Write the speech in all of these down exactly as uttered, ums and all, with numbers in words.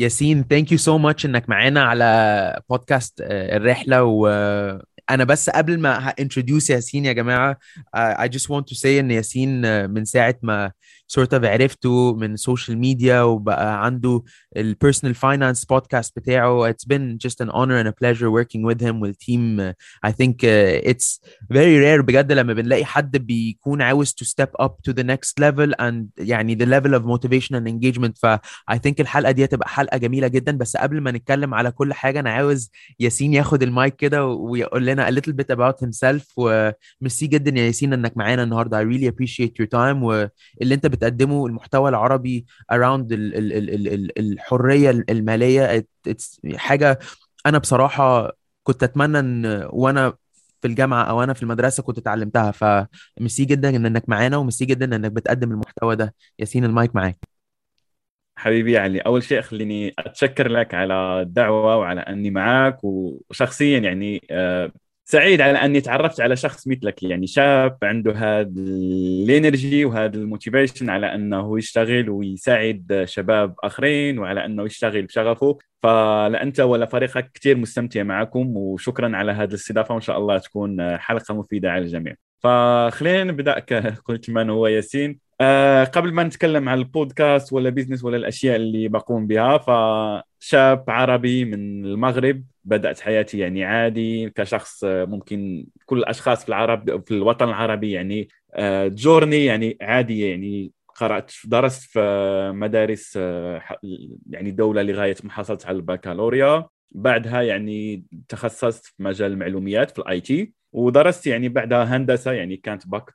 ياسين thank you so much انك معانا على بودكاست آه، الرحلة. وانا بس قبل ما ه- introduce ياسين يا جماعة، آه، I just want to say ان ياسين آه، من ساعة ما sort of عرفته من السوشيال ميديا وبقى عنده ال personal finance podcast بتاعه. It's been just an honor and a pleasure working with him والتيم. آه، I think uh, it's very rare بجد لما بنلاقي حد بيكون عاوز to step up to the next level and يعني the level of motivation and engagement. ف I think الحلقة دي هتبقى حلقة جميلة جدا. بس قبل ما نتكلم على كل حاجة أنا عاوز ياسين ياخد المايك كده ويقول لنا a little bit about himself. وميرسي جدا يا ياسين إنك معانا النهاردة. I really appreciate your time واللي أنت بتقدمه المحتوى العربي around ال ال ال ال ال الحرية المالية. It- it's حاجة أنا بصراحة كنت أتمنى إن وأنا في الجامعة أو أنا في المدرسة كنت اتعلمتها. فميرسي جدا إنك معانا وميرسي جدا إنك بتقدم المحتوى ده. ياسين المايك معاك. حبيبي علي، أول شيء خليني أتشكر لك على الدعوة وعلى أني معك. وشخصيا يعني آه، سعيد على أني تعرفت على شخص مثلك، يعني شاب عنده هذا الانرجي وهذا الموتيفيشن على أنه يشتغل ويساعد شباب آخرين وعلى أنه يشتغل بشغفه. فلا أنت ولا فريقك كثير مستمتع معكم، وشكرا على هذه الاستضافة، وإن شاء الله تكون حلقة مفيدة على الجميع. فخلينا نبدأ. قلت من هو ياسين؟ آه، قبل ما نتكلم عن البودكاست ولا بيزنس ولا الأشياء اللي بقوم بها، فشاب عربي من المغرب. بدأت حياتي يعني عادي كشخص، آه، ممكن كل الأشخاص في العرب في الوطن العربي يعني آه، جورني يعني عادية. يعني قرأت درست في مدارس آه، ح- يعني دولة لغاية ما حصلت على البكالوريا. بعدها يعني تخصصت في مجال المعلومات في الاي تي، ودرست يعني بعدها هندسة. يعني كانت باك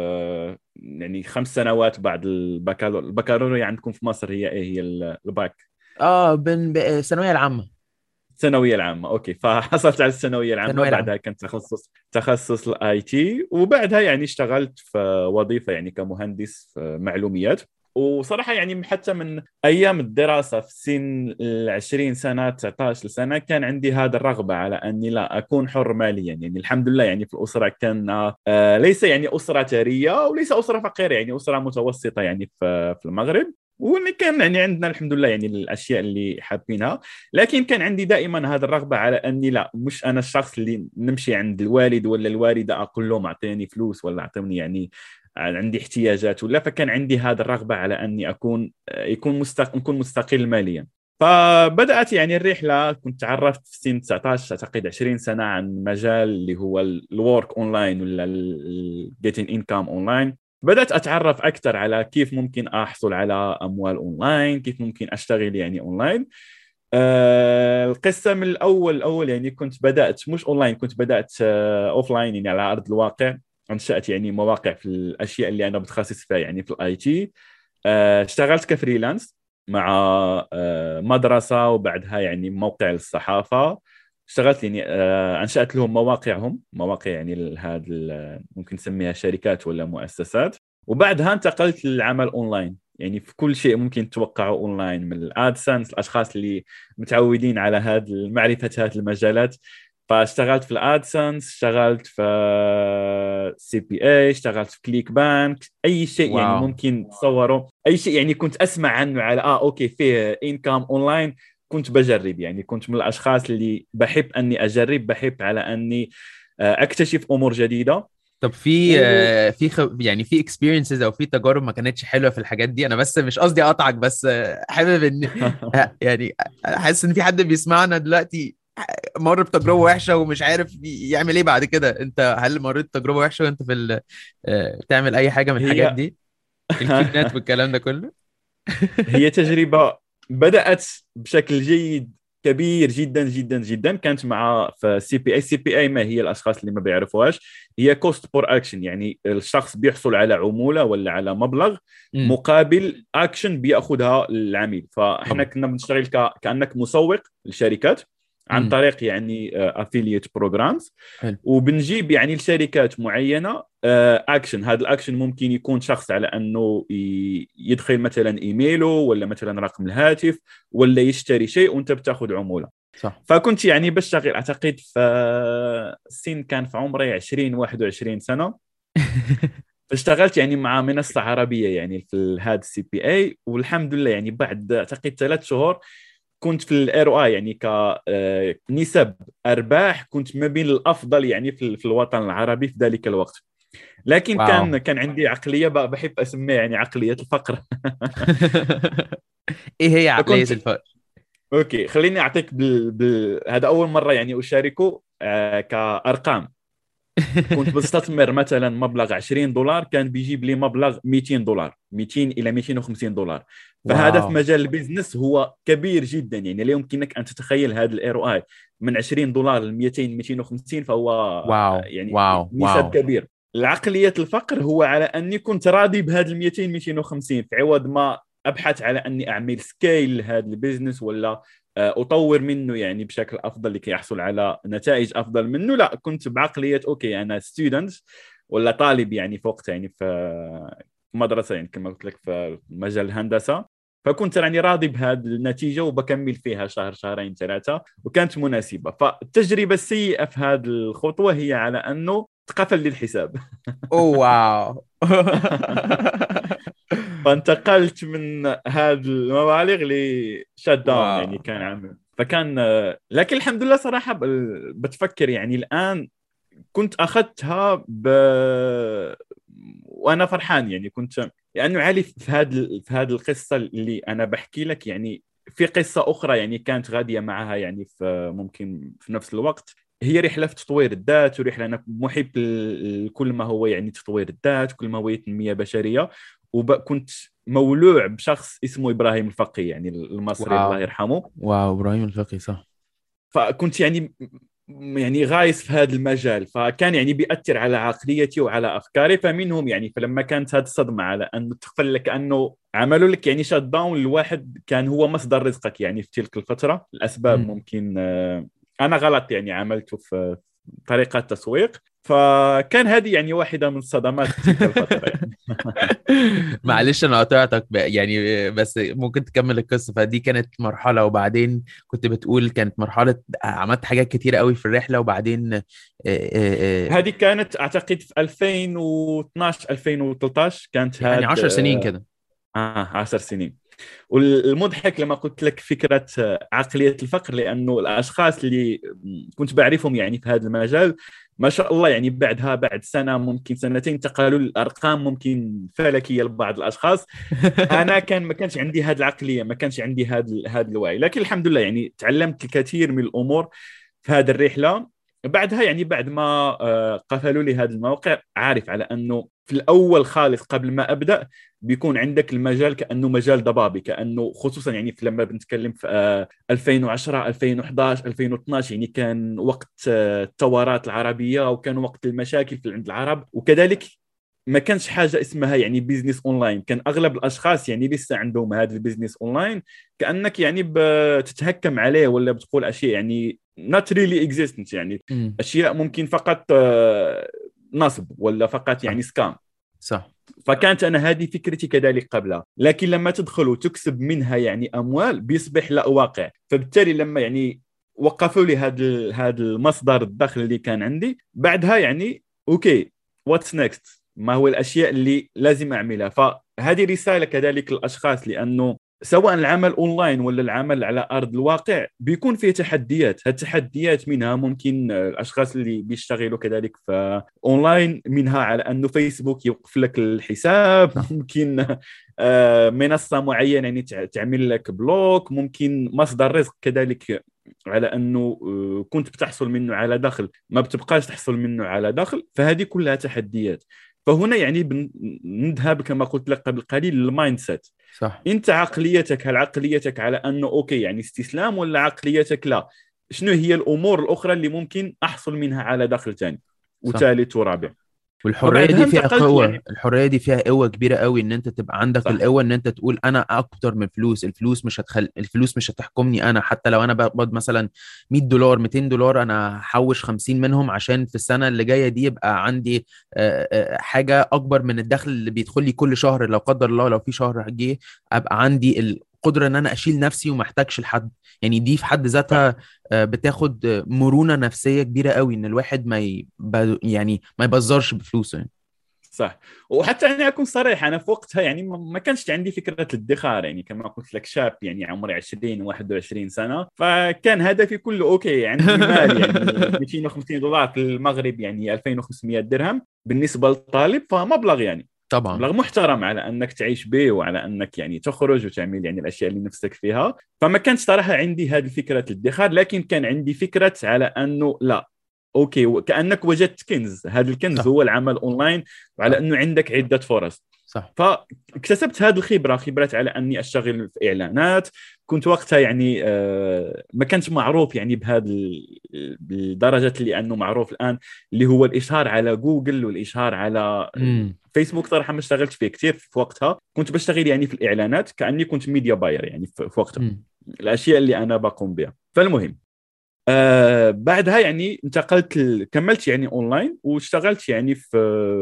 يعني خمس سنوات بعد البكالوريا. البكالوريا عندكم في مصر هي ايه؟ هي ال- الباك؟ اه بن ب- الثانوية العامة. الثانوية العامة، اوكي. فحصلت على الثانوية العامة، الثانوية العامة. بعدها كنت تخصص تخصص الاي تي، وبعدها يعني اشتغلت في وظيفة يعني كمهندس في معلومات. وصراحة يعني حتى من أيام الدراسة في سن العشرين سنة تسعة عشر سنة كان عندي هذا الرغبة على أني لا أكون حر ماليا. يعني الحمد لله يعني في الأسرة كان آه ليس يعني أسرة ثرية وليس أسرة فقيرة، يعني أسرة متوسطة يعني في في المغرب. وإن كان يعني عندنا الحمد لله يعني الأشياء اللي حابينها. لكن كان عندي دائما هذا الرغبة على أني لا، مش أنا الشخص اللي نمشي عند الوالد ولا الوالدة أقول لهم أعطيني فلوس ولا أعطوني يعني عندي احتياجات ولا. فكان عندي هذا الرغبة على أني أكون يكون مستق... نكون مستقل ماليا. فبدأت يعني الرحلة. كنت تعرفت في سن تسعة عشر أعتقد عشرين سنة عن مجال اللي هو الورك أونلاين ولا الجيتين إنكام أونلاين. بدأت أتعرف أكثر على كيف ممكن أحصل على أموال أونلاين، كيف ممكن أشتغل يعني أونلاين. آه القصة من الأول الأول يعني كنت بدأت مش أونلاين، كنت بدأت آه أوفلاين يعني على أرض الواقع. انشأت يعني مواقع في الاشياء اللي انا متخصص فيها يعني في الاي تي. اشتغلت كفريلانس مع آه، مدرسه، وبعدها يعني موقع للصحافه. اشتغلت يعني آه، انشأت لهم مواقعهم مواقع يعني هذا ممكن نسميها شركات ولا مؤسسات. وبعدها انتقلت للعمل اونلاين، يعني في كل شيء ممكن تتوقعه اونلاين، من الادسنس. الاشخاص اللي متعودين على هذه معرفه هذه المجالات. فاشتغلت في الادسنس، اشتغلت في سي بي اي، اشتغلت في كليك بانك. اي شيء يعني واو. ممكن تصوره، اي شيء يعني كنت اسمع عنه على اه اوكي فيه انكم اونلاين كنت بجرب. يعني كنت من الاشخاص اللي بحب اني اجرب، بحب على اني آه، اكتشف امور جديده. طب في و آه، في خ... يعني في experiences او في تجارب ما كانتش حلوه في الحاجات دي؟ انا بس مش قصدي اقطعك، بس آه، حابب ان آه، يعني حاسس ان في حد بيسمعنا دلوقتي مر بتجربه وحشه ومش عارف يعمل ايه بعد كده. انت هل مريت بتجربه وحشه وانت في ال... آه، بتعمل اي حاجه من الحاجات هي دي؟ الكيونات والكلام ده كله. هي تجربة بدأت بشكل جيد كبير جدا جدا جدا. كانت مع في سي بي اي. سي بي اي ما هي؟ الاشخاص اللي ما بيعرفوهاش، هي كوست بور اكشن. يعني الشخص بيحصل على عمولة ولا على مبلغ امم. مقابل اكشن بياخذها العميل. فاحنا طبعا. كنا بنشتغل ك... كانك مسوق للشركات عن امم. طريق يعني افيليت بروجرامز. حلو. وبنجيب يعني لشركات معينه اكشن. هذا الاكشن ممكن يكون شخص على انه ي- يدخل مثلا ايميله ولا مثلا رقم الهاتف ولا يشتري شيء وانت بتاخذ عموله. صح. فكنت يعني بشتغل اعتقد في السن كان في عمري عشرين واحد وعشرين سنه. فاشتغلت يعني مع منصه عربيه يعني في هذا السي بي اي. والحمد لله يعني بعد اعتقد ثلاث شهور كنت في الايرو اي يعني كنسب ارباح كنت ما بين الافضل يعني في في الوطن العربي في ذلك الوقت. لكن واو. كان كان عندي عقليه ب- بحب اسميها يعني عقليه الفقر. ايه هي عقلية فكنت الفقر؟ اوكي خليني اعطيك بال... بال... هذا اول مره يعني اشاركه آه كارقام. كنت بستثمر مثلا مبلغ عشرين دولار كان بيجيب لي مبلغ مئتين دولار، مئتين الى مئتين وخمسين دولار. فهذا واو. في مجال البيزنس هو كبير جدا، يعني لا يمكنك ان تتخيل هذا الاي او اي من عشرين دولار ل مئتين مئتين وخمسين، فهو واو. يعني واو. نسب واو. كبير. العقلية الفقر هو على اني كنت راضي بهذا ال مئتين مئتين وخمسين في عوض ما ابحث على اني اعمل سكيل لهذا البيزنس ولا آه، اطور منه يعني بشكل افضل لكي يحصل على نتائج افضل منه. لا، كنت بعقليه اوكي انا ستودنت ولا طالب يعني في وقتها يعني في مدرسه يعني كما قلت لك في مجال الهندسه. فكنت يعني راضي بهذه النتيجه وبكمل فيها شهر شهرين ثلاثه وكانت مناسبه. فالتجربه السيئه في هذه الخطوه هي على انه تقفل لي الحساب. اوه واو. فانتقلت من هذه المبالغ لشات داون واو. يعني كان عام. فكان لكن الحمد لله صراحة ب- بتفكر يعني الآن كنت أخذتها ب... وأنا فرحان يعني كنت لأنه عارف في هذه في هذه القصة اللي أنا بحكي لك يعني في قصة أخرى يعني كانت غادية معها يعني في ممكن في نفس الوقت. هي رحلة في تطوير الذات ورحلة أنا محب لكل ما هو يعني تطوير الذات كل ما هو تنمية بشرية. وكنت مولوع بشخص اسمه إبراهيم الفقي يعني المصري واو. الله يرحمه. واو ابراهيم الفقي صح. فكنت يعني يعني غايس في هذا المجال، فكان يعني بيأثر على عقليتي وعلى أفكاري. فمنهم يعني فلما كانت هذه الصدمة على أنه تقفل لك أنه عملوا لك يعني شات داون الواحد كان هو مصدر رزقك يعني في تلك الفترة. الأسباب مم. ممكن آه، أنا غلط يعني عملته في طريقة تسويق. فكان هذه يعني واحدة من صدمات تلك الفترة يعني. معلش انا قطعتك ب- يعني بس ممكن تكمل القصه. فدي كانت مرحله، وبعدين كنت بتقول كانت مرحله عملت حاجات كتيره قوي في الرحله، وبعدين آه، آه، آه، هذه كانت أعتقد في ألفين واثناشر ألفين وثلاثة عشر كانت يعني هذه عشر سنين كده. آه عشر سنين. والمضحك لما قلت لك فكرة عقلية الفقر لأنه الأشخاص اللي كنت بعرفهم يعني في هذا المجال ما شاء الله يعني بعدها بعد سنة ممكن سنتين انتقلوا الأرقام ممكن فلكية لبعض الأشخاص. أنا كان ما كانش عندي هذه العقلية، ما كانش عندي هذا هذا الوعي. لكن الحمد لله يعني تعلمت الكثير من الأمور في هذه الرحلة. بعدها يعني بعد ما آه، قفلوا لي هذا الموقع عارف على أنه في الأول خالص قبل ما أبدأ بيكون عندك المجال كأنه مجال ضبابي، كأنه خصوصا يعني في لما بنتكلم في آه، ألفين وعشرة ألفين وإحدى عشر ألفين واثناشر يعني كان وقت آه، الثورات العربية وكان وقت المشاكل في عند العرب. وكذلك ما كانش حاجة اسمها يعني بيزنس اونلاين. كان اغلب الاشخاص يعني لسه عندهم هذا البيزنس اونلاين كأنك يعني بتتهكم عليه ولا بتقول اشياء يعني not really existent يعني مم. اشياء ممكن فقط آه، نصب ولا فقط صح. يعني سكام. صح. فكانت انا هذه فكرتي كذلك قبلها. لكن لما تدخل وتكسب منها يعني اموال بيصبح لا واقع. فبالتالي لما يعني وقفوا لي هذا هذا المصدر الدخل اللي كان عندي بعدها يعني اوكي واتس نيكست، ما هو الاشياء اللي لازم اعملها. فهذه رساله كذلك للاشخاص لانه سواء العمل اونلاين ولا العمل على ارض الواقع بيكون فيه تحديات. هالتحديات منها ممكن الاشخاص اللي بيشتغلوا كذلك في اونلاين منها على انه فيسبوك يوقف لك الحساب، صح. ممكن آه، منصه معينه يعني تع- تعمل لك بلوك، ممكن مصدر رزق كذلك على انه آه، كنت بتحصل منه على دخل ما بتبقاش تحصل منه على دخل. فهذه كلها تحديات. فهنا يعني بنذهب كما قلت لك قبل قليل للمايند سيت. صح. انت عقليتك هل عقليتك على انه اوكي يعني استسلام ولا عقليتك لا شنو هي الامور الاخرى اللي ممكن احصل منها على دخل ثاني صح. وثالث ورابع. والحريه فبعدها دي فيها انتقلت قوه، يعني الحريه دي فيها قوه كبيره قوي، ان انت تبقى عندك صح القوه ان انت تقول انا اكتر من فلوس. الفلوس مش هتخل الفلوس مش هتحكمني انا. حتى لو انا بقبض مثلا مية دولار ميتين دولار، انا هحوش خمسين منهم عشان في السنه اللي جايه دي يبقى عندي آه، آه، حاجه اكبر من الدخل اللي بيدخل لي كل شهر. لو قدر الله لو في شهر جه ابقى عندي القدره ان انا اشيل نفسي وما احتاجش لحد. يعني دي في حد صح ذاتها آه، بتاخد آه، مرونه نفسيه كبيره قوي، ان الواحد ما ي... ب- يعني ما يبذرش بفلوسه يعني. صح. وحتى يعني اكون صريح، انا في وقتها يعني ما ما كانش عندي فكره الادخار، يعني كما قلت لك شاب يعني عمري عشرين واحد وعشرين سنه، فكان هدفي كله اوكي عندي مال يعني مئتين وخمسين دولار في المغرب يعني ألفين وخمسمائة درهم بالنسبه للطالب، فمبلغ يعني طبعا. مبلغ محترم على انك تعيش به وعلى انك يعني تخرج وتعمل يعني الاشياء اللي نفسك فيها. فما كانت صراحه عندي هذه فكره الادخار، لكن كان عندي فكره على انه لا اوكي كانك وجدت كنز، هذا الكنز صح هو العمل اونلاين، وعلى صح انه عندك عده فرص. صح. فاكتسبت هذه الخبره، خبرات على اني اشتغل في اعلانات. كنت وقتها يعني آه، ما كانش معروف يعني بهذا بالدرجه اللي انه معروف الان، اللي هو الاشهار على جوجل والاشهار على امم. فيسبوك. صراحه ما اشتغلت فيه كثير في وقتها، كنت بشتغل يعني في الاعلانات كاني كنت ميديا باير يعني في في وقتها، امم. الاشياء اللي انا بقوم بها. فالمهم آه بعدها يعني انتقلت ل... كملت يعني اونلاين واشتغلت يعني في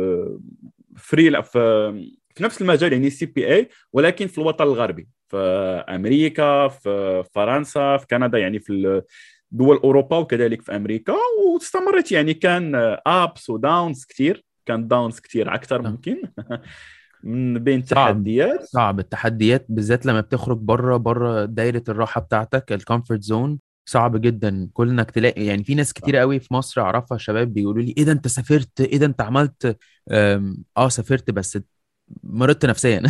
فري في في نفس المجال يعني سي بي اي، ولكن في الوطن الغربي، في امريكا، في فرنسا، في كندا، يعني في دول اوروبا وكذلك في امريكا. واستمرت يعني كان ابس وداونز كثير، كان داونز كثير اكثر ممكن من بين صعب التحديات. صعب التحديات بالذات لما بتخرج بره بره دايرة الراحة بتاعتك، الكومفورت زون. صعب جدا كل انك تلاقي، يعني في ناس كتير قوي في مصر اعرفها شباب بيقولوا لي ايه ده انت سافرت، ايه ده انت عملت. أم، اه سافرت بس مرضت نفسيا.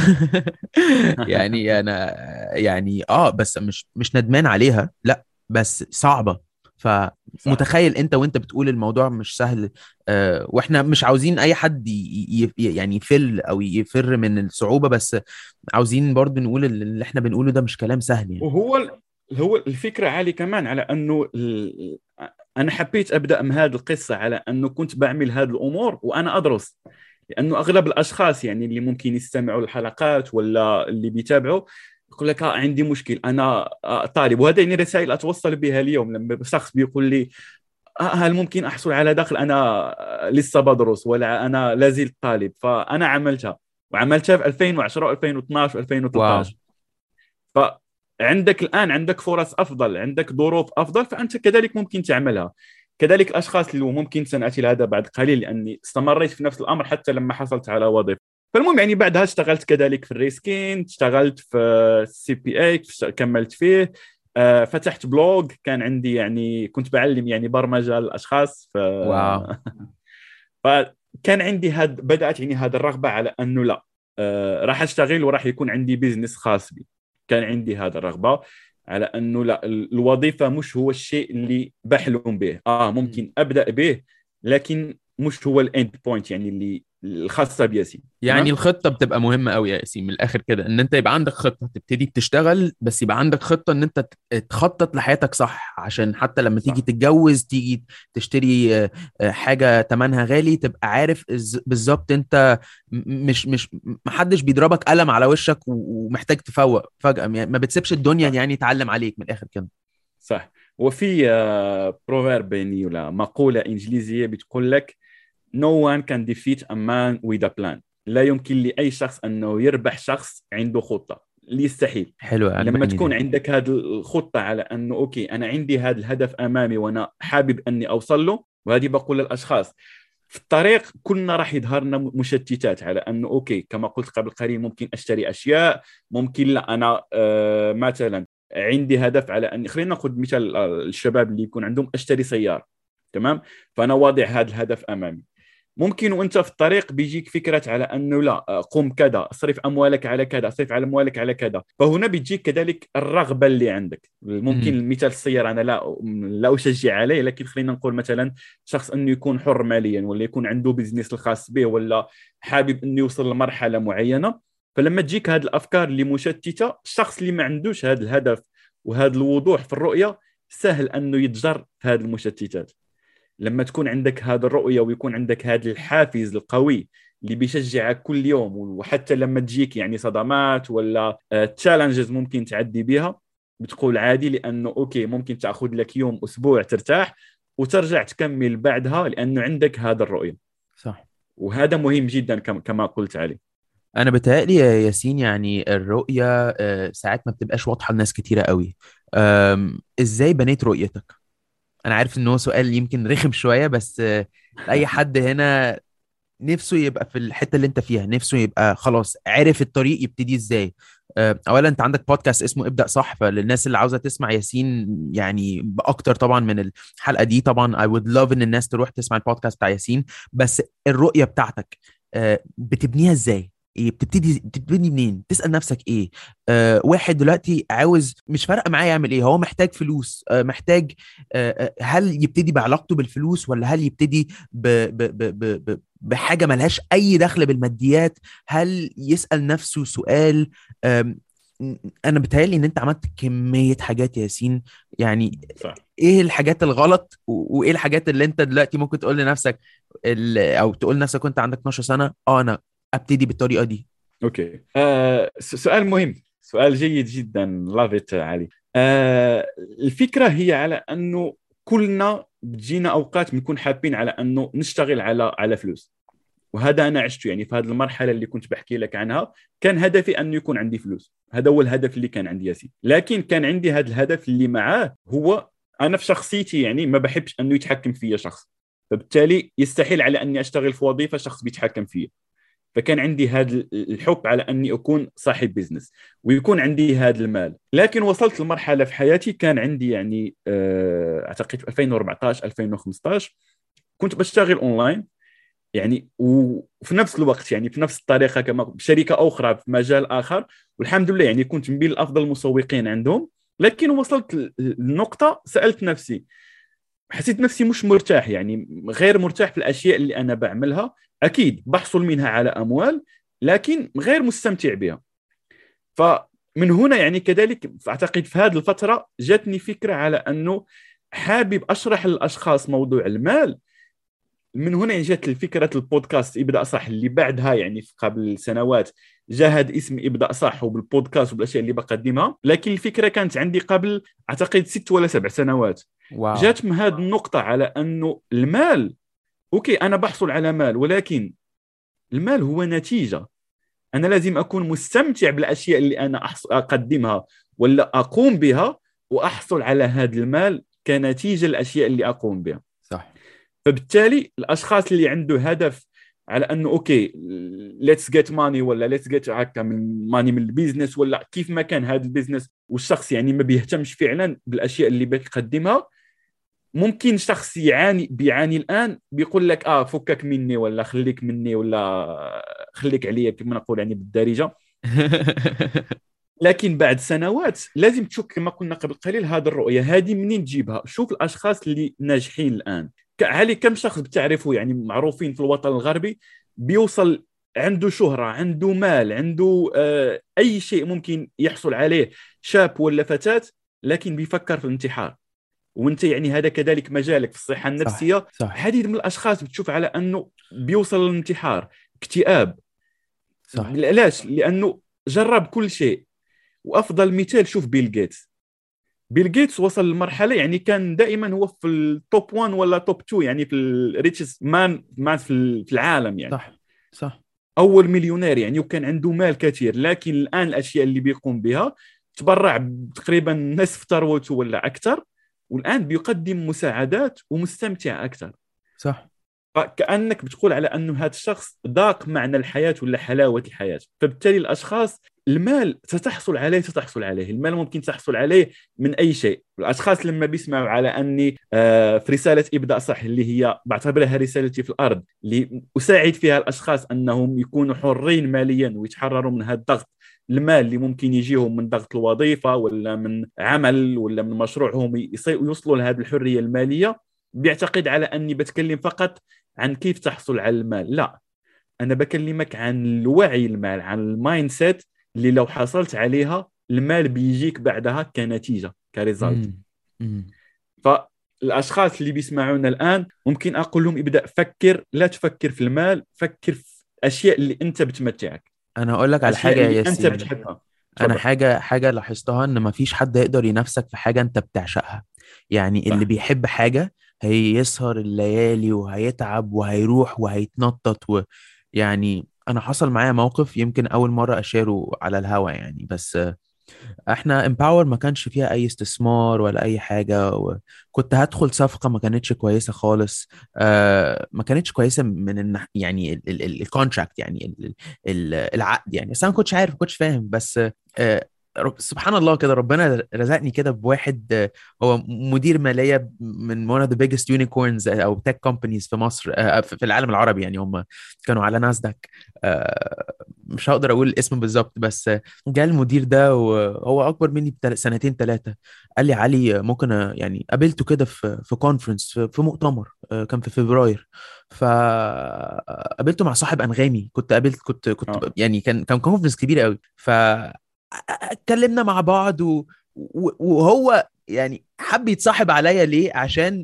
يعني انا يعني اه بس مش مش ندمان عليها، لا بس صعبة. صح فمتخيل انت وانت بتقول الموضوع مش سهل. آه واحنا مش عاوزين اي حد ي... ي... يعني يفل او يفر من الصعوبة، بس عاوزين برضو نقول اللي احنا بنقوله ده مش كلام سهل يعني. وهو ال- هو الفكرة عالي كمان على أنه ال... أنا حبيت أبدأ من هذه القصة على أنه كنت بعمل هذه الأمور وأنا أدرس، لأنه أغلب الأشخاص يعني اللي ممكن يستمعوا الحلقات ولا اللي بيتابعوا يقول لك آه عندي مشكل أنا آه طالب. وهذا يعني رسائل أتوصل بها اليوم لما شخص بيقول لي آه هل ممكن أحصل على دخل، أنا آه، لسه بدرس ولا أنا لازلت طالب. فأنا عملتها، وعملتها في ألفين وعشرة و2012 واو. و2013. فعندك الآن عندك فرص أفضل، عندك ظروف أفضل، فأنت كذلك ممكن تعملها. كذلك الأشخاص اللي ممكن سنأتي لهذا بعد قليل، لأني استمريت في نفس الأمر حتى لما حصلت على وظيفة. فالمهم يعني بعدها اشتغلت كذلك في الريسكين، اشتغلت في السي بي اي كملت فيه. آه، فتحت بلوج، كان عندي يعني كنت بعلم يعني برمجة للأشخاص ف... واو. فكان عندي هاد بدأت يعني هذا الرغبة على أنه لا، آه، راح أشتغل وراح يكون عندي بيزنس خاص بي. كان عندي هذا الرغبة على أنه لا، الوظيفة مش هو الشيء اللي بحلم به، آه مم. ممكن أبدأ به، لكن مش هو الاند بوينت يعني اللي الخاصة بياسين. يعني تمام. الخطة بتبقى مهمة قوي يا ياسين، من الآخر كده إن أنت يبقى عندك خطة تبتدي بتشتغل، بس يبقى عندك خطة إن أنت ت- تخطط لحياتك صح، عشان حتى لما تيجي صح تتجوز، تيجي تشتري آه، آه، حاجة تمنها غالي، تبقى عارف إز- بالظبط أنت م- مش مش محدش بيضربك قلم على وشك و- ومحتاج تفوق فجأة، يعني ما بتسيبش الدنيا صح يعني تعلم عليك من الآخر كده. صح. وفي بروفيرب يعني ولا مقولة إنجليزية بتقول لك no one can defeat a man with a plan. لا يمكن لأي شخص أنه يربح شخص عنده خطة، يستحيل. حلوة لما عجباني تكون دي. عندك هذه الخطة على أنه أوكي أنا عندي هذا الهدف أمامي وأنا حابب أني أوصل له، وهذه بقول للأشخاص في الطريق كلنا راح يظهر لنا مشتتات على أنه أوكي كما قلت قبل قليل ممكن أشتري أشياء، ممكن لا أنا آه مثلا عندي هدف على أن خلينا ناخذ مثال الشباب اللي يكون عندهم أشتري سيارة. تمام. فأنا واضع هذا الهدف أمامي، ممكن وانت في الطريق بيجيك فكره على انه لا قم كذا، اصرف اموالك على كذا، اصرف على اموالك على كذا. فهنا بيجيك كذلك الرغبه اللي عندك. امم. ممكن مثال السياره انا لا لا اشجع عليه، لكن خلينا نقول مثلا شخص انه يكون حر ماليا ولا يكون عنده بزنس الخاص به ولا حابب انه يوصل لمرحله معينه. فلما تجيك هذه الافكار اللي مشتته، الشخص اللي ما عندوش هذا الهدف وهذا الوضوح في الرؤيه سهل انه يتجر في هذه المشتتات. لما تكون عندك هذه الرؤية ويكون عندك هذا الحافز القوي اللي بيشجعك كل يوم، وحتى لما تجيك يعني صدمات ولا تشالنجز ممكن تعدي بها، بتقول عادي، لأنه أوكي ممكن تأخذ لك يوم أسبوع ترتاح وترجع تكمل بعدها، لأنه عندك هذا الرؤية. صح. وهذا مهم جدا كما قلت عليه. انا بتهيألي يا ياسين يعني الرؤية آه، ساعات ما بتبقاش واضحة لناس كتيرة قوي. آم، ازاي بنيت رؤيتك؟ انا عارف ان هو سؤال يمكن رخم شوية، بس آه، اي حد هنا نفسه يبقى في الحتة اللي انت فيها، نفسه يبقى خلاص عرف الطريق يبتدي ازاي. آه، اولا انت عندك بودكاست اسمه ابدأ صح، فللناس اللي عاوزة تسمع ياسين يعني باكتر طبعا من الحلقة دي، طبعا I would love ان الناس تروح تسمع البودكاست بتاع ياسين. بس الرؤية بتاعتك آه، بتبنيها ازاي؟ إيه بتبتدي بتبتدي منين؟ تسأل نفسك ايه؟ آه واحد دلوقتي عاوز مش فارقه معاه يعمل ايه، هو محتاج فلوس، آه محتاج آه آه، هل يبتدي بعلاقته بالفلوس، ولا هل يبتدي ب ب ب ب ب بحاجه ملهاش اي دخل بالماديات؟ هل يسأل نفسه سؤال؟ آم، انا بتهيألي ان انت عملت كميه حاجات يا ياسين يعني. صح. ايه الحاجات الغلط و- وايه الحاجات اللي انت دلوقتي ممكن تقول لنفسك ال- او تقول لنفسك وانت عندك اتناشر سنه، اه انا ابتدي بالطريقه دي؟ اوكي، آه س- سؤال مهم، سؤال جيد جدا، لافيت علي. آه الفكره هي على انه كلنا بتجينا اوقات بنكون حابين على انه نشتغل على على فلوس. وهذا انا عشته يعني في هذه المرحله اللي كنت بحكي لك عنها. كان هدفي انه يكون عندي فلوس، هذا هو الهدف اللي كان عندي ياسين. لكن كان عندي هذا الهدف اللي معاه هو انا في شخصيتي يعني ما بحبش انه يتحكم فيا شخص، فبالتالي يستحيل على اني اشتغل في وظيفه شخص بيتحكم فيا. فكان عندي هذا الحب على اني اكون صاحب بزنس ويكون عندي هذا المال. لكن وصلت لمرحله في حياتي كان عندي يعني آه، اعتقد في ألفين وأربعطاش ألفين وخمسطاش كنت بشتغل اونلاين يعني، وفي نفس الوقت يعني في نفس الطريقه كما بشركه اخرى في مجال اخر. والحمد لله يعني كنت من بين الافضل المسوقين عندهم. لكن وصلت لنقطه سالت نفسي، حسيت نفسي مش مرتاح، يعني غير مرتاح في الاشياء اللي انا بعملها. اكيد بحصل منها على اموال لكن غير مستمتع بها. فمن هنا يعني كذلك اعتقد في هذه الفتره جاتني فكره على انه حابب اشرح للاشخاص موضوع المال. من هنا جات الفكرة البودكاست ابدأ صح، اللي بعدها يعني في قبل سنوات جاهد اسم ابدأ صح وبالبودكاست وبالاشياء اللي بقدمها. لكن الفكرة كانت عندي قبل اعتقد ست ولا سبع سنوات. واو. جات من هذه النقطة على انه المال، اوكي انا بحصل على مال ولكن المال هو نتيجة. انا لازم اكون مستمتع بالاشياء اللي انا أحص- اقدمها ولا اقوم بها، واحصل على هذا المال كنتيجة الاشياء اللي اقوم بها. صح. فبالتالي الاشخاص اللي عنده هدف على انه اوكي ليتس جيت ماني ولا ليتس جيت هكا من ماني من البيزنس ولا كيف ما كان هذا البيزنس، والشخص يعني ما بيهتمش فعلا بالاشياء اللي بيقدمها، ممكن شخص يعاني بيعاني الان بيقول لك اه فكك مني ولا خليك مني ولا خليك عليا كما نقول يعني بالدارجه. لكن بعد سنوات لازم تشوف كما قلنا قبل قليل هذه الرؤيه هذه منين تجيبها. شوف الاشخاص اللي ناجحين الان، علي كم شخص بتعرفه يعني معروفين في الوطن الغربي بيوصل عنده شهرة، عنده مال، عنده آه أي شيء ممكن يحصل عليه شاب ولا فتاة، لكن بيفكر في الانتحار. وانت يعني هذا كذلك مجالك في الصحة صح النفسية. صح عديد من الأشخاص بتشوف على أنه بيوصل للانتحار، اكتئاب. صح علاش؟ لأنه جرب كل شيء. وأفضل مثال شوف بيل جيتس. بيل جيتس وصل لمرحله يعني كان دائما هو في التوب واحد ولا توب اثنين يعني في الريتشست مان مان في في العالم يعني. صح صح اول مليونير يعني، وكان عنده مال كثير. لكن الان الاشياء اللي بيقوم بها تبرع تقريبا نصف ثروته ولا اكثر، والان بيقدم مساعدات ومستمتع اكثر. صح. فكأنك بتقول على أنه هذا الشخص ذاق معنى الحياة ولا حلاوة الحياة. فبالتالي الأشخاص المال ستحصل عليه ستحصل عليه المال ممكن تحصل عليه من أي شيء. الأشخاص لما بيسمعوا على أني آه، في رسالة إبداء صح اللي هي بعتبرها رسالتي في الأرض، اللي أساعد فيها الأشخاص أنهم يكونوا حرين ماليا ويتحرروا من هذا الضغط المال اللي ممكن يجيهم من ضغط الوظيفة ولا من عمل ولا من مشروعهم، يوصلوا لهذه الحرية المالية. بيعتقد على أني بتكلم فقط عن كيف تحصل على المال. لا، أنا بكلمك عن الوعي المال، عن المايند سيت اللي لو حصلت عليها المال بيجيك بعدها كنتيجة كريزالت. امم امم فالأشخاص اللي بيسمعونا الآن ممكن أقول لهم ابدأ فكر، لا تفكر في المال، فكر في أشياء اللي أنت بتمتعك، انا اقول لك على أشياء حاجه يا اللي أنت ياسين. بتحبها. انا تفضل. حاجه حاجه لاحظتها ان مفيش حد يقدر ينافسك في حاجه انت بتعشقها. يعني اللي صح. بيحب حاجه هيسهر الليالي وهيتعب وهيروح وهيتنطط و... يعني انا حصل معايا موقف يمكن اول مره اشاره على الهوا يعني، بس احنا امباور ما كانش فيها اي استثمار ولا اي حاجه، وكنت هدخل صفقه ما كانتش كويسه خالص. آه ما كانتش كويسه من النح... يعني الكونتراكت، يعني ال- ال- ال- العقد يعني. بس انا ما كنتش عارف، ما كنتش فاهم. بس آه رب- سبحان الله كده ربنا رزقني كده بواحد، آه، هو مدير ماليه من one of the biggest unicorns او tech companies في مصر، آه، في في العالم العربي يعني. هم كانوا على ناسداك. آه، مش هقدر اقول الاسم بالظبط، بس جه المدير ده وهو اكبر مني بسنتين ثلاثه. قال لي علي ممكن أ- يعني قابلته كده في في كونفرنس، في في مؤتمر، آه، كان في فبراير. فقابلته مع صاحب انغامي. كنت قابلت كنت كنت اه ب- يعني كان كان كونفرنس كبير قوي. ف اتكلمنا مع بعض و... و- وهو يعني حب يتصاحب عليا ليه؟ عشان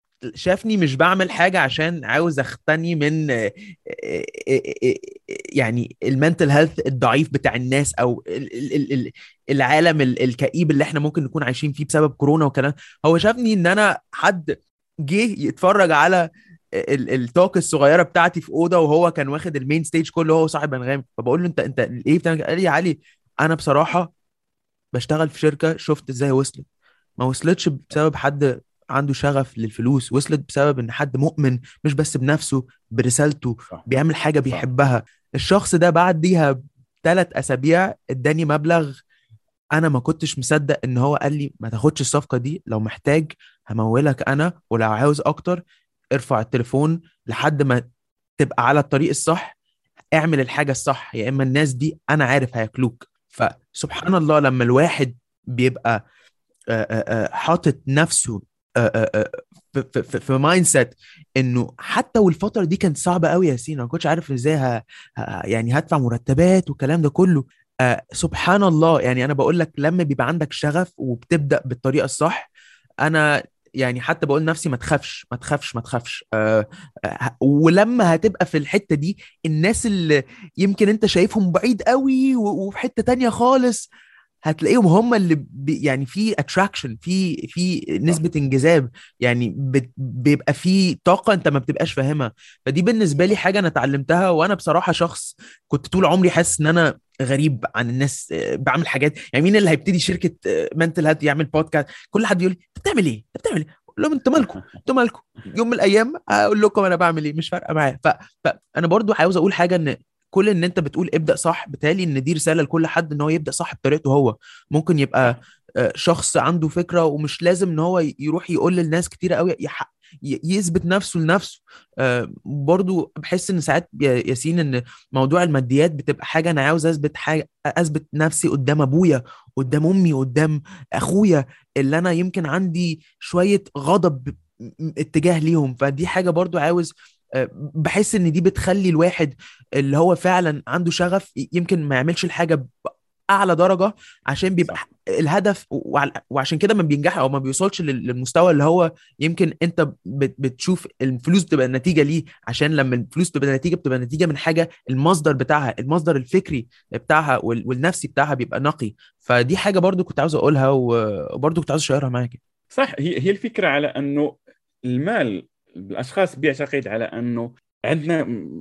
شافني مش بعمل حاجة عشان عاوز اختني من آه، آه، آه، آه، يعني المنتل هيلث الضعيف بتاع الناس، او ال- ال- ال- العالم ال- الكئيب اللي احنا ممكن نكون عايشين فيه بسبب كورونا وكلام. هو شافني ان انا حد جه يتفرج على ال- التوك الصغيره بتاعتي في اوضه، وهو كان واخد المين ستيج كله، هو صاحب انغامي. فبقول له انت انت ايه بتعمل كده؟ قال لي يا علي انا بصراحه بشتغل في شركه شفت ازاي وصلت. ما وصلتش بسبب حد عنده شغف للفلوس، وصلت بسبب ان حد مؤمن مش بس بنفسه، برسالته، صح بيعمل حاجة صح بيحبها. الشخص ده بعديها ثلاث اسابيع اداني مبلغ انا ما كنتش مصدق. ان هو قال لي ما تاخدش الصفقة دي، لو محتاج همولك انا، ولو عاوز اكتر ارفع التليفون لحد ما تبقى على الطريق الصح. اعمل الحاجة الصح، يا اما الناس دي انا عارف هياكلوك. فسبحان الله لما الواحد بيبقى آه، آه، آه، حاطط نفسه آه، آه، آه، في في في في مايند سيت انه حتى والفتره دي كانت صعبه قوي يا سينا، انا ما كنتش عارف ازاي ه... ه... يعني هدفع مرتبات والكلام ده كله. آه سبحان الله، يعني انا بقول لك لما بيبقى عندك شغف وبتبدا بالطريقه الصح. انا يعني حتى بقول نفسي ما تخافش ما تخافش ما تخافش. آه آه ولما هتبقى في الحته دي، الناس اللي يمكن انت شايفهم بعيد قوي و- وفي حته تانية خالص، هتلاقيهم هم اللي بي يعني في اتراكشن، في في صح نسبة انجذاب. يعني بت- بيبقى في طاقة انت ما بتبقاش فاهمها. فدي بالنسبة لي صح حاجة انا اتعلمتها. وانا بصراحة شخص كنت طول عمري حاسس ان انا غريب عن الناس. آه، بعمل حاجات يعني مين اللي هيبتدي شركة منتل هات يعمل بودكاست؟ كل حد يقول لي انت بتعمل ايه؟ انت بتعمل ايه؟ اقول لهم انتوا مالكم؟ انتوا مالكم؟ يوم من الايام هقول لكم انا بعمل ايه، مش فارقه معايا. ف... فانا برضو عاوز اقول حاجه، ان كل ان انت بتقول ابدا صح، بالتالي ان دي رساله لكل حد ان هو يبدا صح بطريقته هو. ممكن يبقى صح آه، شخص عنده فكره، ومش لازم ان هو يروح يقول للناس كتيره قوي يح- ي- يثبت نفسه لنفسه. آه، برضو بحس ان ساعات يا ياسين ان موضوع الماديات بتبقى حاجه انا عاوز اثبت حاجه، اثبت نفسي قدام ابويا، قدام امي، قدام اخويا، اللي انا يمكن عندي شويه غضب م- اتجاه ليهم. فدي حاجه برضو عاوز آه، بحس ان دي بتخلي الواحد اللي هو فعلا عنده شغف يمكن ما يعملش الحاجه باعلى درجه، عشان بيبقى صح الهدف، وع- وعشان كده ما بينجح او ما بيوصلش لل- للمستوى اللي هو يمكن انت بت- بتشوف الفلوس بتبقى النتيجه ليه. عشان لما الفلوس بتبقى نتيجه، بتبقى نتيجه من حاجه المصدر بتاعها، المصدر الفكري بتاعها وال- والنفسي بتاعها بيبقى نقي. فدي حاجه برضو كنت عاوز اقولها، و- وبرضو كنت عاوز اشيرها معاك. صح هي هي الفكرة على أنه المال، الأشخاص بيعتقد على أنه عندنا،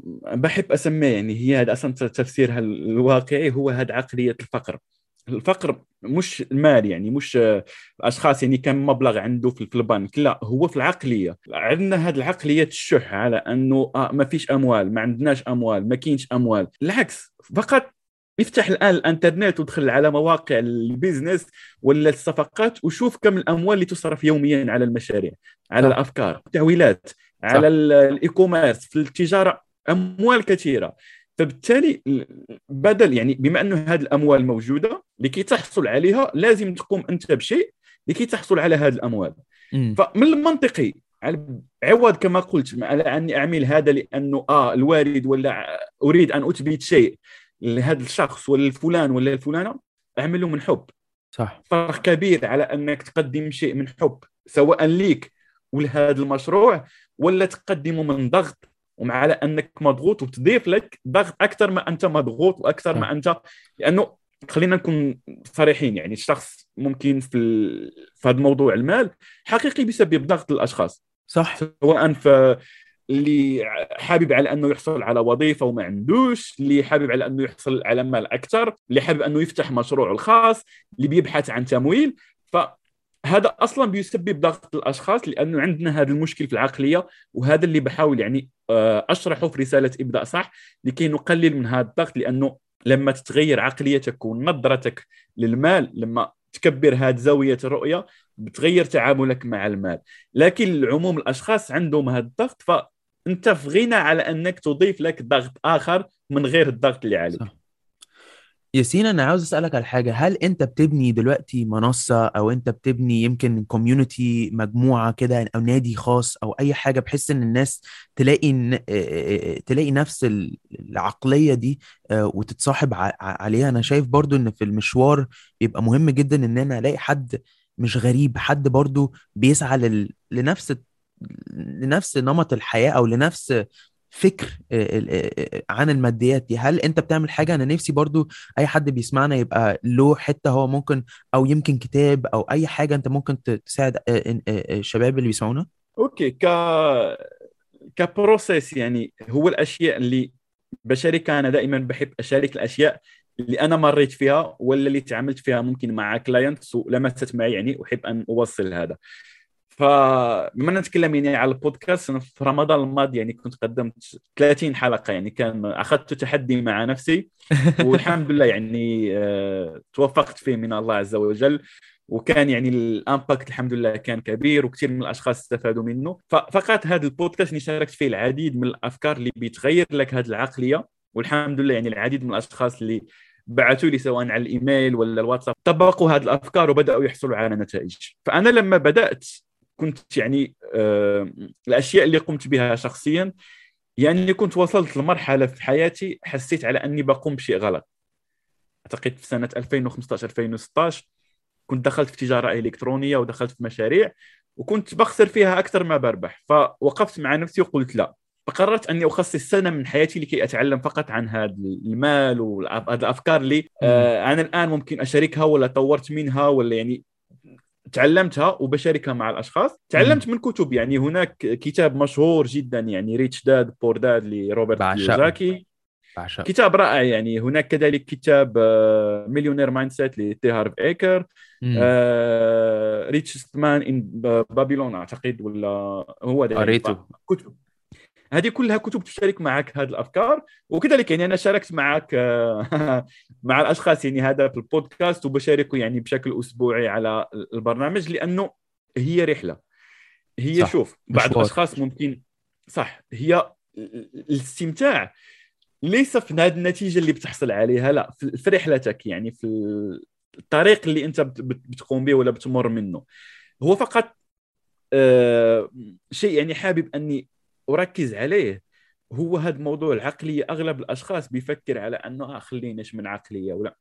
بحب أسميه يعني، هي هذا أصلا تفسيرها الواقعي، هو هذا عقلية الفقر. الفقر مش المال، يعني مش الأشخاص يعني كم مبلغ عنده في في البنك، لا، هو في العقلية. عندنا هذه العقلية الشح على أنه آه ما فيش أموال، ما عندناش أموال، ما كينش أموال. العكس، فقط افتح الآن الانترنت وادخل على مواقع البيزنس ولا الصفقات وشوف كم الأموال اللي تصرف يوميا على المشاريع، على صح الأفكار، التحويلات، على صح الاي كوميرس، في التجارة، أموال كثيرة. فبالتالي بدل يعني بما أنه هذه الأموال موجودة، لكي تحصل عليها لازم تقوم أنت بشيء لكي تحصل على هذه الأموال. امم فمن المنطقي على- عوض كما قلت على أني أعمل هذا لأنه آه الوالد، ولا أريد أن أثبت شيء لهذا الشخص ولا الفلان ولا الفلانة، أعمله من حب. صح فرق كبير على أنك تقدم شيء من حب سواء ليك ولهذا المشروع، ولا تقدمه من ضغط، ومع على أنك مضغوط وتضيف لك ضغط أكثر ما أنت مضغوط وأكثر صح ما أنت. لأنه خلينا نكون صريحين، يعني الشخص ممكن في ال... في هذا موضوع المال حقيقي بسبب ضغط الأشخاص، صح سواء في اللي حابب على انه يحصل على وظيفه وما عندوش، اللي حابب على انه يحصل على مال اكثر، اللي حابب انه يفتح مشروعه الخاص، اللي بيبحث عن تمويل. فهذا اصلا بيسبب ضغط الاشخاص، لانه عندنا هذا المشكل في العقليه، وهذا اللي بحاول يعني آه، اشرحه في رساله ابدا صح، لكي نقلل من هذا الضغط. لانه لما تتغير عقليتك ونظرتك للمال، لما تكبر هذه زاويه الرؤيه، بتغير تعاملك مع المال. لكن عموم الاشخاص عندهم هذا الضغط، فانت في غنى على انك تضيف لك ضغط اخر من غير الضغط اللي عليك. صح. ياسين، انا عاوز اسالك على حاجه. هل انت بتبني دلوقتي منصه، او انت بتبني يمكن كوميونتي، مجموعه كده، او نادي خاص، او اي حاجه، بحيث ان الناس تلاقي ن- آه، آه، تلاقي نفس ال- العقليه دي آه، وتتصاحب ع- ع- عليها؟ انا شايف برضو ان في المشوار بيبقى مهم جدا ان انا الاقي حد مش غريب، حد برضو بيسعى لل... لنفس لنفس نمط الحياه، او لنفس فكر آه، ال- آه، آه، عن الماديات دي. هل انت بتعمل حاجه؟ انا نفسي برضو اي حد بيسمعنا يبقى له حته هو ممكن، او يمكن كتاب او اي حاجه انت ممكن ت- تساعد آه، آه، آه، الشباب اللي بيسمعونا. اوكي. ك كبروسيس يعني، هو الاشياء اللي بشارك، انا دائما بحب اشارك الاشياء اللي انا مريت فيها ولا اللي تعاملت فيها ممكن مع كلاينتس ولمست معي، يعني احب ان اوصل هذا. فبما نتكلم يعني على البودكاست، أنا في رمضان الماضي يعني كنت قدمت ثلاثين حلقة، يعني كان أخذت تحدي مع نفسي، والحمد لله يعني آه، توفقت فيه من الله عز وجل. وكان يعني الامباكت الحمد لله كان كبير، وكثير من الاشخاص استفادوا منه. ففقط هذا البودكاست اللي شاركت فيه العديد من الافكار اللي بتغير لك هذه العقليه، والحمد لله يعني العديد من الاشخاص اللي بعثوا لي سواء على الايميل ولا الواتساب طبقوا هذه الافكار وبداوا يحصلوا على نتائج. فانا لما بدات كنت يعني آه الاشياء اللي قمت بها شخصيا، يعني كنت وصلت لمرحله في حياتي حسيت على اني بقوم بشيء غلط. اعتقد في سنه ألفين وخمسطاش ألفين وستطاش كنت دخلت في تجاره الكترونيه ودخلت في مشاريع، وكنت بخسر فيها اكثر ما بربح. فوقفت مع نفسي وقلت لا. فقررت اني اخصص سنه من حياتي لكي اتعلم فقط عن هذا المال وهذه الافكار اللي مم. آه انا الان ممكن اشاركها ولا طورت منها ولا يعني تعلمتها وبشاركها مع الاشخاص. مم. تعلمت من كتب، يعني هناك كتاب مشهور جدا يعني ريتش داد بور داد لروبرت بعشقه، كيوزاكي، بعشقه. كتاب رائع. يعني هناك كذلك كتاب مليونير مايند سيت لتي هارف ايكر، مم. ريتشست مان ان بابلون اعتقد، ولا هو ده يعني. قريته. فكتب هذه كلها كتب تشارك معك هذه الافكار. وكذلك يعني انا شاركت معك آه، مع الاشخاص يعني هذا في البودكاست، وبشاركه يعني بشكل اسبوعي على البرنامج، لانه هي رحله. هي صح. شوف، بعض مشوار. الاشخاص ممكن صح، هي الاستمتاع ليس في هذه النتيجة اللي بتحصل عليها، لا، في في رحلتك، يعني في الطريق اللي انت بت- بت- بتقوم به ولا بتمر منه. هو فقط آه، شيء يعني حابب اني اركز عليه. هو هذا موضوع العقلية. اغلب الاشخاص بيفكر على انه آه خليناش من عقلية ولا.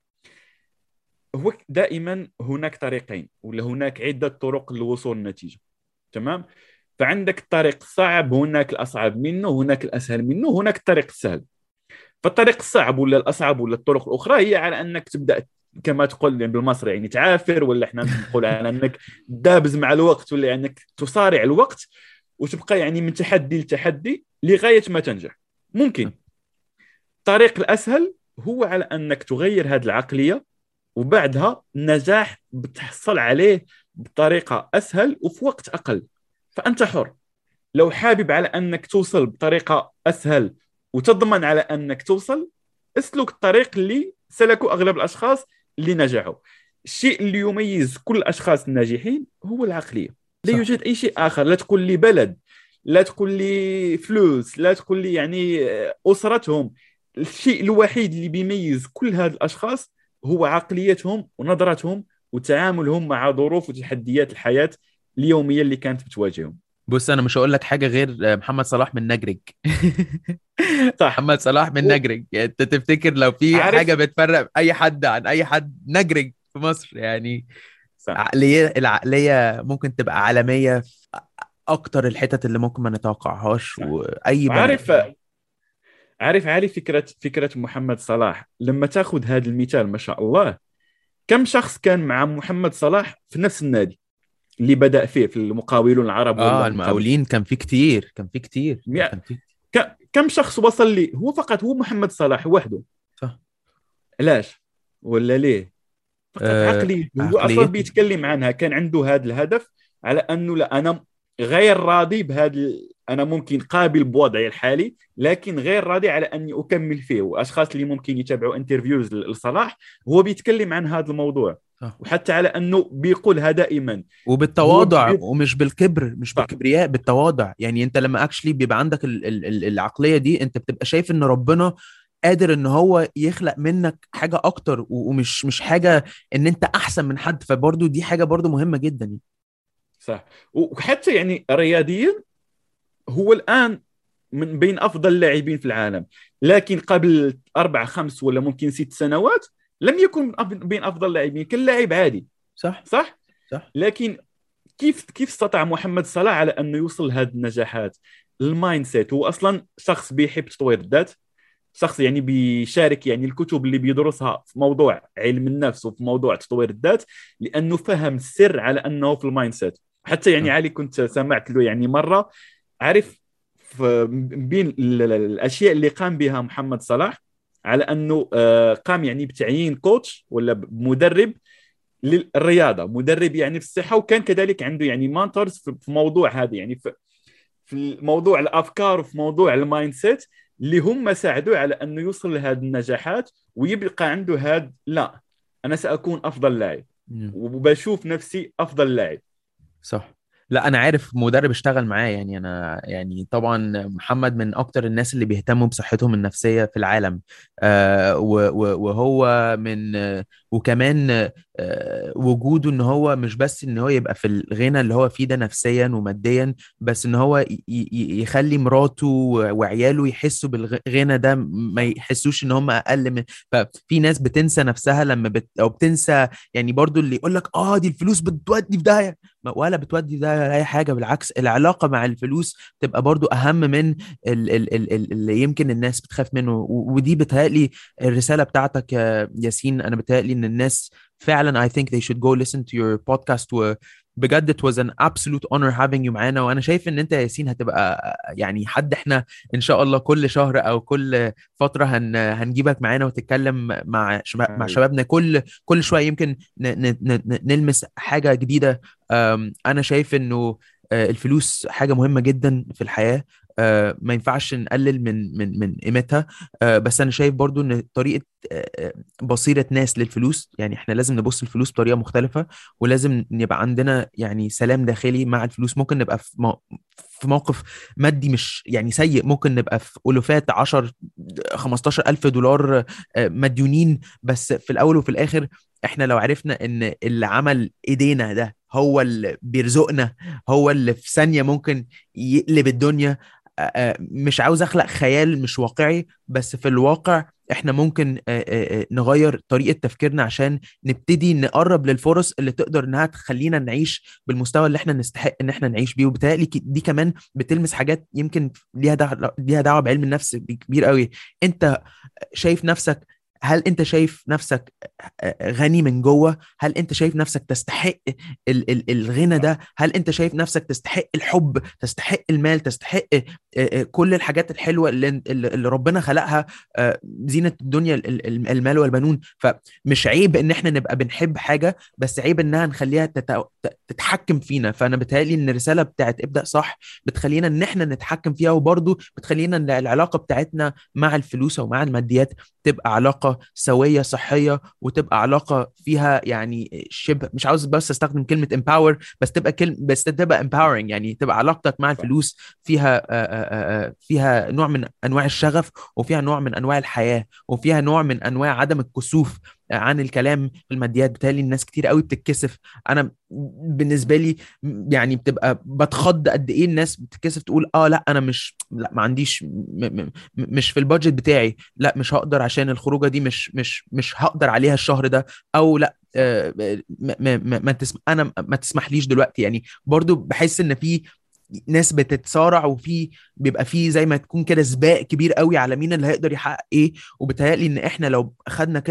هو دائما هناك طريقين ولا هناك عدة طرق للوصول للنتيجة، تمام؟ فعندك الطريق الصعب، هناك الأصعب منه، هناك الأسهل منه، هناك الطريق السهل. فالطريق الصعب ولا الاصعب ولا الطرق الاخرى هي على انك تبدا كما تقول يعني بالمصري يعني تعافر، ولا احنا نقول على انك دابز مع الوقت، ولا انك تصارع الوقت وتبقى يعني من تحدي لتحدي لغايه ما تنجح. ممكن الطريق الاسهل هو على انك تغير هذه العقليه، وبعدها النجاح بتحصل عليه بطريقه اسهل وفي وقت اقل. فانت حر. لو حابب على انك توصل بطريقه اسهل وتضمن على انك توصل، اسلك الطريق اللي سلكوا اغلب الاشخاص اللي نجحوا. الشيء اللي يميز كل الاشخاص الناجحين هو العقليه. لا صح. يوجد اي شيء اخر. لا تقول لي بلد، لا تقول لي فلوس، لا تقول لي يعني اسرتهم. الشيء الوحيد اللي بيميز كل هاد الاشخاص هو عقليتهم ونظرتهم وتعاملهم مع ظروف وتحديات الحياه اليوميه اللي كانت بتواجههم. بص، انا مش هقول لك حاجه غير محمد صلاح من نجرج. صح. محمد صلاح من نجرج. يعني انت تفتكر لو في حاجه عارف. بتفرق اي حد عن اي حد، نجرج في مصر يعني. صح. عقليه العقليه ممكن تبقى عالميه في اكتر الحتت اللي ممكن ما نتوقعهاش، صح. واي بني. وعارف عارف عارف فكرة فكرة محمد صلاح. لما تاخذ هذا المثال ما شاء الله، كم شخص كان مع محمد صلاح في نفس النادي؟ اللي بدأ فيه في المقاولون العرب ولا اه من قبل. المقاولين كان في كتير، كان في كتير مئة- كان في ك- كم شخص وصل لي؟ هو فقط هو محمد صلاح وحده. صح. علاش ولا ليه؟ فقط آه عقليته، هو اصلا عقليته. بيتكلم عنها، كان عنده هذا الهدف على انه لا انا غير راضي بهذا ال- انا ممكن قابل بوضعي الحالي لكن غير راضي على اني اكمل فيه. واشخاص اللي ممكن يتابعوا انترفيوز لصلاح هو بيتكلم عن هذا الموضوع، صح. وحتى على انه بيقولها دائما. هو وبالتواضع بي... ومش بالكبر، مش صح بالكبرياء، بالتواضع. يعني انت لما اكشلي بيبقى عندك ال ال ال العقلية دي، انت بتبقى شايف ان ربنا قادر ان هو يخلق منك حاجة اكتر، و- ومش مش حاجة ان انت احسن من حد. فبرضو دي حاجة برضو مهمة جدا يعني. صح. وحتى يعني رياضيا هو الان من بين افضل اللاعبين في العالم، لكن قبل اربع خمس ولا ممكن ست سنوات لم يكن من أف- بين افضل اللاعبين، كان لاعب عادي. صح. صح. صح. لكن كيف كيف استطاع محمد صلاح على انه يوصل لهذه النجاحات؟ المايند سيت، هو اصلا شخص بيحب تطوير الذات، شخص يعني بيشارك يعني الكتب اللي بيدرسها في موضوع علم النفس وفي موضوع تطوير الذات، لانه فهم السر على انه في المايند سيت. حتى يعني صح. علي كنت سمعت له يعني مره، عارف، في بين ال- ال- الاشياء اللي قام بها محمد صلاح على انه آه، قام يعني بتعيين كوتش ولا مدرب للرياضه، مدرب يعني في الصحه، وكان كذلك عنده يعني مانتورز في في موضوع هذا، يعني في في موضوع الافكار وفي موضوع المايند سيت، اللي هم ساعدوه على انه يوصل لهذه النجاحات ويبقى عنده هذا لا انا ساكون افضل لاعب مم. وبشوف نفسي افضل لاعب. صح. لا انا عارف مدرب اشتغل معاه، يعني انا يعني طبعا محمد من اكتر الناس اللي بيهتموا بصحتهم النفسية في العالم. آه و- و- وهو من آه وكمان آه وجوده ان هو مش بس ان هو يبقى في الغنى اللي هو فيه ده نفسيا وماديا، بس ان هو ي- ي- يخلي مراته وعياله يحسوا بالغنى ده، ما يحسوش ان هم اقل من. ففي ناس بتنسى نفسها لما بت او بتنسى. يعني برضو اللي يقول لك اه دي الفلوس بتودي في داهية، ما- ولا بتودي ده ولا اي حاجه. بالعكس، العلاقه مع الفلوس تبقى برضو اهم من ال ال ال ال اللي يمكن الناس بتخاف منه. و- ودي بتهيألي الرساله بتاعتك يا ياسين. انا بتهيألي ان الناس فعلا I think they should go listen to your podcast. وبجد it was an absolute honor having you معانا. وانا شايف ان انت يا ياسين هتبقى يعني حد احنا ان شاء الله كل شهر او كل فتره هن هنجيبك معانا وتتكلم مع شباب، مع حبيبي. شبابنا كل كل شويه يمكن ن ن ن نلمس حاجه جديده. أم، انا شايف انه آه، الفلوس حاجه مهمه جدا في الحياه. آه، ما ينفعش نقلل من من من قيمتها. آه، بس انا شايف برضو ان طريقه آه، آه، بصيره ناس للفلوس، يعني احنا لازم نبص الفلوس بطريقه مختلفه. ولازم يبقى عندنا يعني سلام داخلي مع الفلوس. ممكن نبقى في مو- في موقف مادي مش يعني سيء، ممكن نبقى في ألوفات عشر خمستاشر ألف دولار آه، مديونين، بس في الأول وفي الآخر احنا لو عرفنا ان اللي عمل ايدينا ده هو اللي بيرزقنا، هو اللي في ثانية ممكن يقلب الدنيا. آه، آه، مش عاوز اخلق خيال مش واقعي، بس في الواقع احنا ممكن آه، آه، آه، نغير طريقة تفكيرنا عشان نبتدي نقرب للفرص اللي تقدر انها تخلينا نعيش بالمستوى اللي احنا نستحق ان احنا نعيش بيه. وبالتالي دي كمان بتلمس حاجات يمكن ليها دعوة ليها دعوة بعلم النفس كبير قوي. انت شايف نفسك، هل انت شايف نفسك غني من جوه؟ هل انت شايف نفسك تستحق ال ال الغنى ده؟ هل انت شايف نفسك تستحق الحب، تستحق المال، تستحق آه، آه، كل الحاجات الحلوة اللي, اللي اللي ربنا خلقها، آه، زينة الدنيا ال- ال- المال والبنون؟ فمش عيب ان احنا نبقى بنحب حاجة، بس عيب انها نخليها تت- تتحكم فينا. فانا بتهيألي ان الرسالة بتاعت ابدأ صح بتخلينا ان احنا نتحكم فيها، وبرضه بتخلينا ان العلاقة بتاعتنا مع الفلوس او مع الماديات تبقى علاقة سوية صحية، وتبقى علاقة فيها يعني شبه، مش عاوز بس استخدم كلمة empower، بس تبقى كلمة، بس تبقى empowering. يعني تبقى علاقتك مع صح الفلوس فيها آه، آه، آه، فيها نوع من انواع الشغف، وفيها نوع من انواع الحياة، وفيها نوع من انواع عدم الكسوف عن الكلام في الماديات. بالتالي الناس كتير قوي بتتكسف. انا بالنسبة لي يعني بتبقى بتخض قد ايه الناس بتتكسف تقول اه لا انا مش، لا ما عنديش م م مش في البادجت بتاعي، لا مش هقدر عشان الخروجه دي مش مش مش هقدر عليها الشهر ده، او لا صح آه، ما ما ما ما تسم انا ما تسمحليش دلوقتي. يعني برضو بحس ان في ناس بتتصارع، وفي بيبقى في زي ما تكون كده سباق كبير قوي على مين اللي هيقدر يحقق ايه. وبالتالي ان احنا لو خدنا كده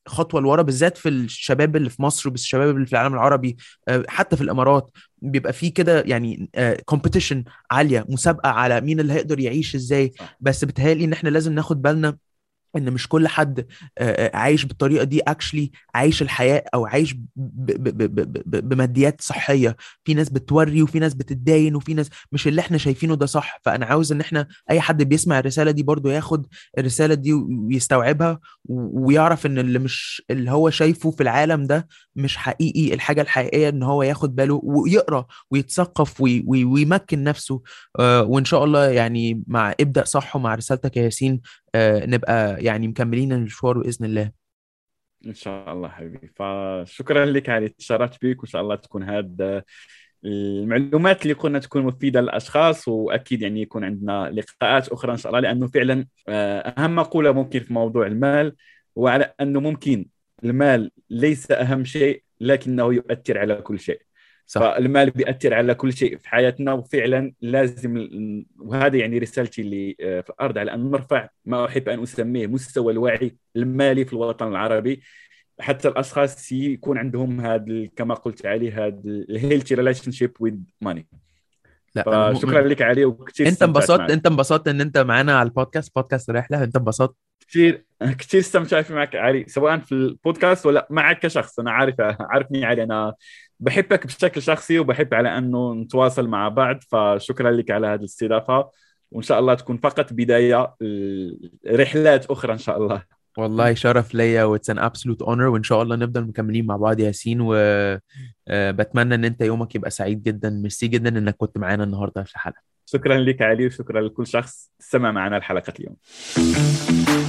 خطوه لورا، بالذات في الشباب اللي في مصر والشباب اللي في العالم العربي، آه، حتى في الامارات. بيبقى فيه كده يعني كومبيتيشن عاليه، مسابقه على مين اللي هيقدر يعيش ازاي. صح. بس بتهيألي ان احنا لازم ناخد بالنا ان مش كل حد آه، آه، عايش بالطريقه دي اكشلي عايش الحياه، او عايش ب- ب- ب- ب- ب- بماديات صحيه. في ناس بتوري، وفي ناس بتتداين، وفي ناس مش اللي احنا شايفينه ده صح. فانا عاوز ان احنا اي حد بيسمع الرساله دي برضو ياخد الرساله دي ويستوعبها، و- ويعرف ان اللي مش اللي هو شايفه في العالم ده مش حقيقي. الحاجه الحقيقيه ان هو ياخد باله ويقرا ويتثقف وي- وي- ويمكن نفسه. آه، وان شاء الله يعني مع ابدأ صح ومع رسالتك يا ياسين آه، نبقى يعني مكملين المشوار بإذن الله. ان شاء الله حبيبي، فشكرا لك علي، تشرفت بك، وان شاء الله تكون هذا المعلومات اللي قلنا تكون مفيدة للأشخاص، وأكيد يعني يكون عندنا لقاءات أخرى إن شاء الله، لأنه فعلا آه، أهم مقولة ممكن في موضوع المال هو على أنه ممكن المال ليس أهم شيء لكنه يؤثر على كل شيء. صح. فالمال بيأثر على كل شيء في حياتنا، وفعلا لازم، وهذا يعني رسالتي اللي آه، في الأرض، على أن نرفع ما أحب أن أسميه مستوى الوعي المالي في الوطن العربي، حتى الاشخاص يكون عندهم هذا كما قلت عليه هذا الهيلثي ريليشن شيب وذ ماني. لا انا فشكرا مؤمن. لك علي، وكثير انت استمتعت انبسطت معك. انت انبسطت ان انت معانا على البودكاست، بودكاست رحلة. انت انبسطت. كثير كثير استمتعت معك علي، سواء في البودكاست ولا معك كشخص. انا عارف عارفني علي، انا بحبك بشكل شخصي، وبحب على انه نتواصل مع بعض. فشكرا لك على هذه الاستضافه، وان شاء الله تكون فقط بدايه رحلات اخرى ان شاء الله. والله شرف ليا، واتس ان ابسولوت اونر. وان شاء الله نفضل مكملين مع بعض يا ياسين، و آه، بتمنى ان انت يومك يبقى سعيد جدا. ميرسي جدا انك كنت معانا النهارده في الحلقة. شكرا لك علي، وشكرا لكل شخص استمع معنا الحلقه اليوم.